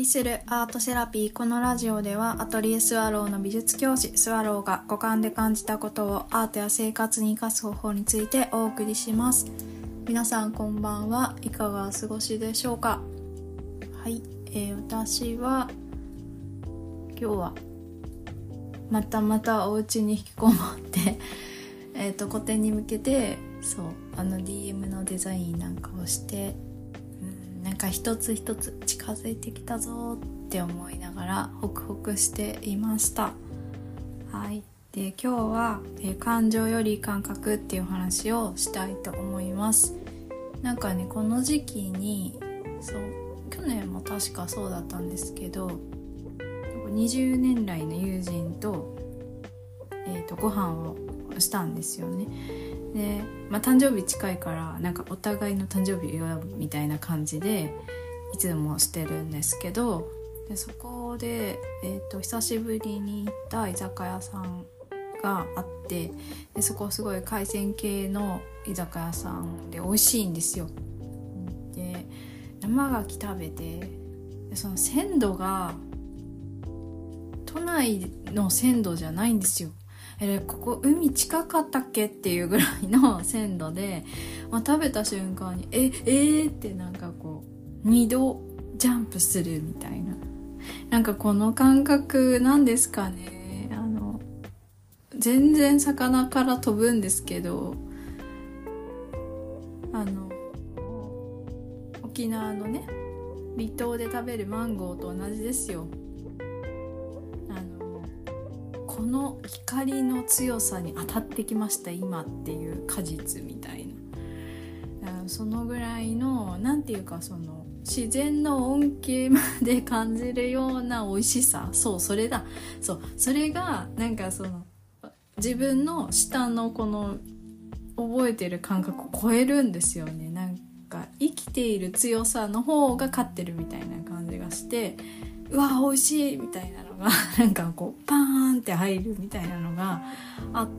りするアートセラピー。このラジオではアトリエスワローの美術教師スワローが五感で感じたことをアートや生活に生かす方法についてお送りします。皆さんこんばんは。いかがお過ごしでしょうか。はい、私は今日はまたお家に引きこもって個展に向けてDM のデザインなんかをしてなんか一つ一つ近づいてきたぞって思いながらホクホクしていました。はい。で、今日は、感情より感覚っていう話をしたいと思います。なんかね、この時期に去年も確かそうだったんですけど、20年来の友人と、ご飯をしたんですよね。で、誕生日近いからなんかお互いの誕生日を祝うみたいな感じでいつもしてるんですけど、でそこで、久しぶりに行った居酒屋さんがあって、でそこすごい海鮮系の居酒屋さんで美味しいんですよ。で、生牡蠣食べて、でその鮮度が都内の鮮度じゃないんですよ。ここ海近かったっけっていうぐらいの鮮度で、食べた瞬間にってなんかこう2度ジャンプするみたいな、なんかこの感覚なんですかね。全然魚から飛ぶんですけど、沖縄のね離島で食べるマンゴーと同じですよ。この光の強さに当たってきました今っていう果実みたいな、そのぐらいのなんていうか、その自然の恩恵まで感じるような美味しさ、それだ、それがなんかその自分の舌のこの覚えてる感覚を超えるんですよね。なんか生きている強さの方が勝ってるみたいな感じがして、うわ美味しいみたいなのがなんかこうパーンって入るみたいなのがあって、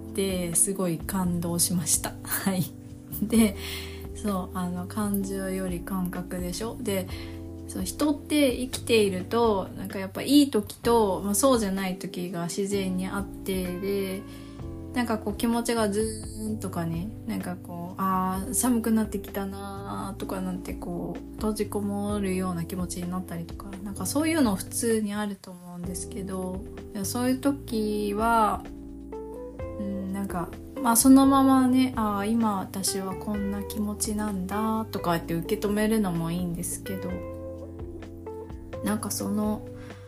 すごい感動しました。はい。で、感情より感覚でしょ。で、人って生きているとなんかやっぱいい時と、そうじゃない時が自然にあって、でなんかこう気持ちがズーンとかね、なんかこう寒くなってきたなとかなんてこう閉じこもるような気持ちになったりとか、なんかそういうの普通にあると思うんですけど、そういう時はなんかそのままね、今私はこんな気持ちなんだとかって受け止めるのもいいんですけど、なんかその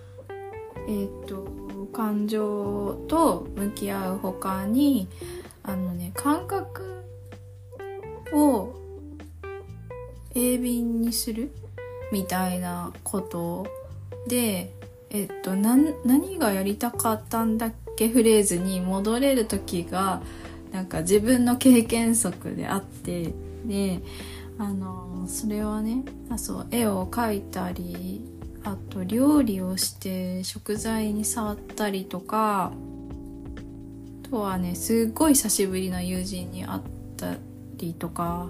感情と向き合う他に感覚を鋭敏にするみたいなことで、何がやりたかったんだっけフレーズに戻れる時がなんか自分の経験則であって、でそれはね、絵を描いたり、あと料理をして食材に触ったりとか、あとはねすっごい久しぶりの友人に会ったりとか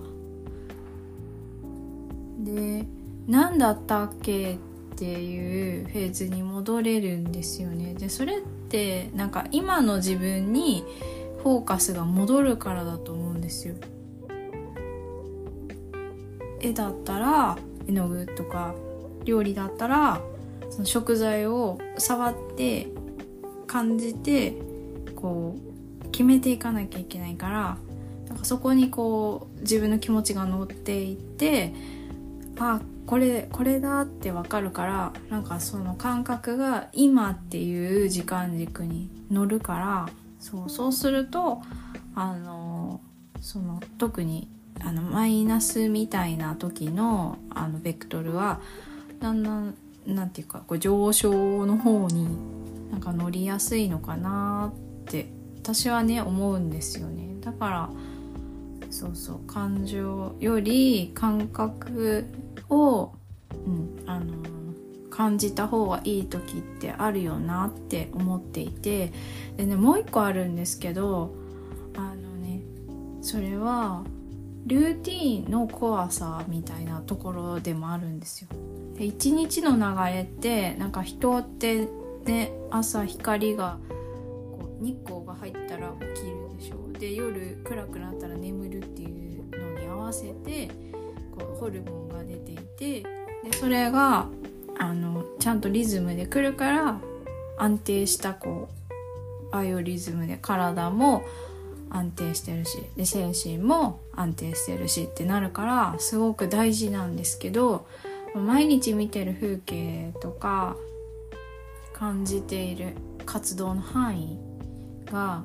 で、何だったっけっていうフェーズに戻れるんですよね。でそれってなんか今の自分にフォーカスが戻るからだと思うんですよ。絵だったら絵の具とか、料理だったらその食材を触って感じてこう決めていかなきゃいけないから、なんかそこにこう自分の気持ちが乗っていって、これだって分かるから、なんかその感覚が今っていう時間軸に乗るから、そうすると特にマイナスみたいな時のベクトルはだんだんなんていうかこう上昇の方になんか乗りやすいのかなって私はね思うんですよね。だから感情より感覚を、感じた方がいい時ってあるよなって思っていて、でねもう一個あるんですけど、それはルーティーンの怖さみたいなところでもあるんですよ。で一日の流れってなんか人ってね、朝光がこう日光が入ったら起きるでしょ。で夜暗くなったら眠るっていうのに合わせてこうホルモンが出ていて、でそれがちゃんとリズムで来るから安定したこうバイオリズムで体も安定してるし、で精神も安定してるしってなるからすごく大事なんですけど、毎日見てる風景とか感じている活動の範囲が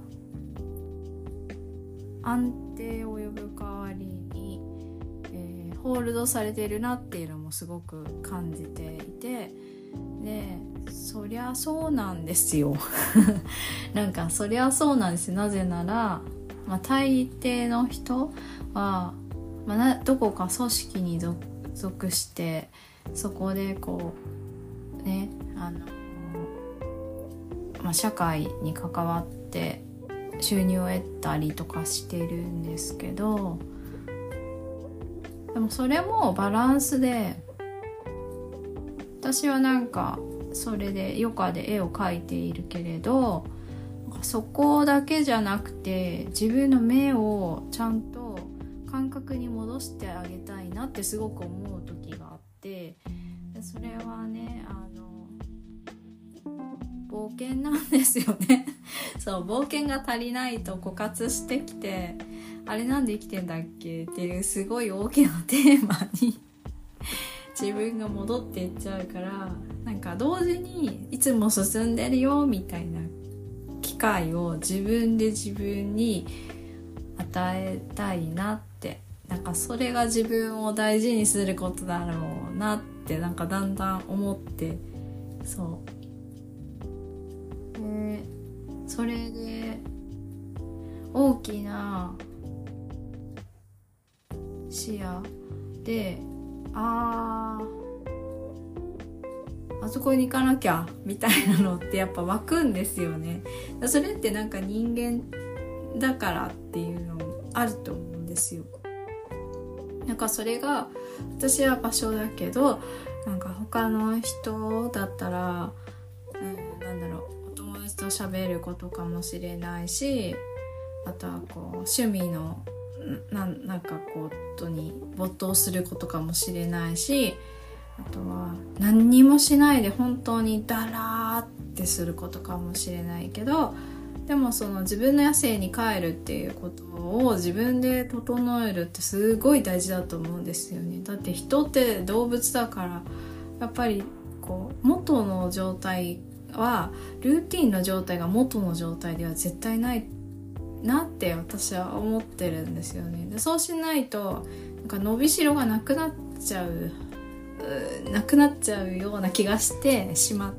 安定を呼ぶ代わりに、ホールドされているなっていうのもすごく感じていて、でそりゃそうなんですよなんかそりゃそうなんですよ。なぜなら、大抵の人は、どこか組織に属してそこでこうね社会に関わって収入を得たりとかしてるんですけど、でもそれもバランスで、私はなんかそれで余暇で絵を描いているけれど、そこだけじゃなくて自分の目をちゃんと感覚に戻してあげたいなってすごく思う時があって、でそれはね冒険なんですよねそう冒険が足りないと枯渇してきて、あれなんで生きてんだっけっていうすごい大きなテーマに自分が戻っていっちゃうから、なんか同時にいつも進んでるよみたいな機会を自分で自分に与えたいなって、なんかそれが自分を大事にすることだろうなってなんかだんだん思って、それで大きな視野であそこに行かなきゃみたいなのってやっぱ湧くんですよね。それってなんか人間だからっていうのもあると思うんですよ。なんかそれが私は場所だけど、なんか他の人だったら、お友達と喋ることかもしれないし、あとはこう趣味のなんかことに没頭することかもしれないし、あとは何にもしないで本当にダラーってすることかもしれないけど、でもその自分の野生に帰るっていうことを自分で整えるってすごい大事だと思うんですよね。だって人って動物だから、やっぱりこう元の状態はルーティンの状態が元の状態では絶対ないなって私は思ってるんですよね。でそうしないとなんか伸びしろがなくなっちゃうような気がしてしまって、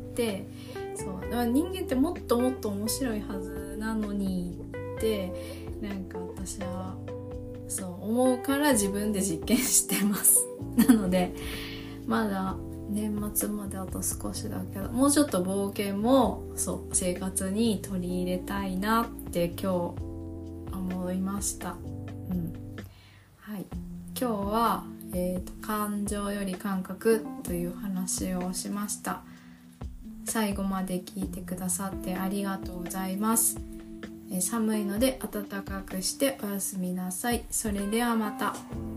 だから人間ってもっともっと面白いはずなのにってなんか私はそう思うから自分で実験してますなのでまだ年末まであと少しだけど、もうちょっと冒険も生活に取り入れたいなって今日思いました。はい、今日は感情より感覚という話をしました。最後まで聞いてくださってありがとうございます。寒いので暖かくしておやすみなさい。それではまた。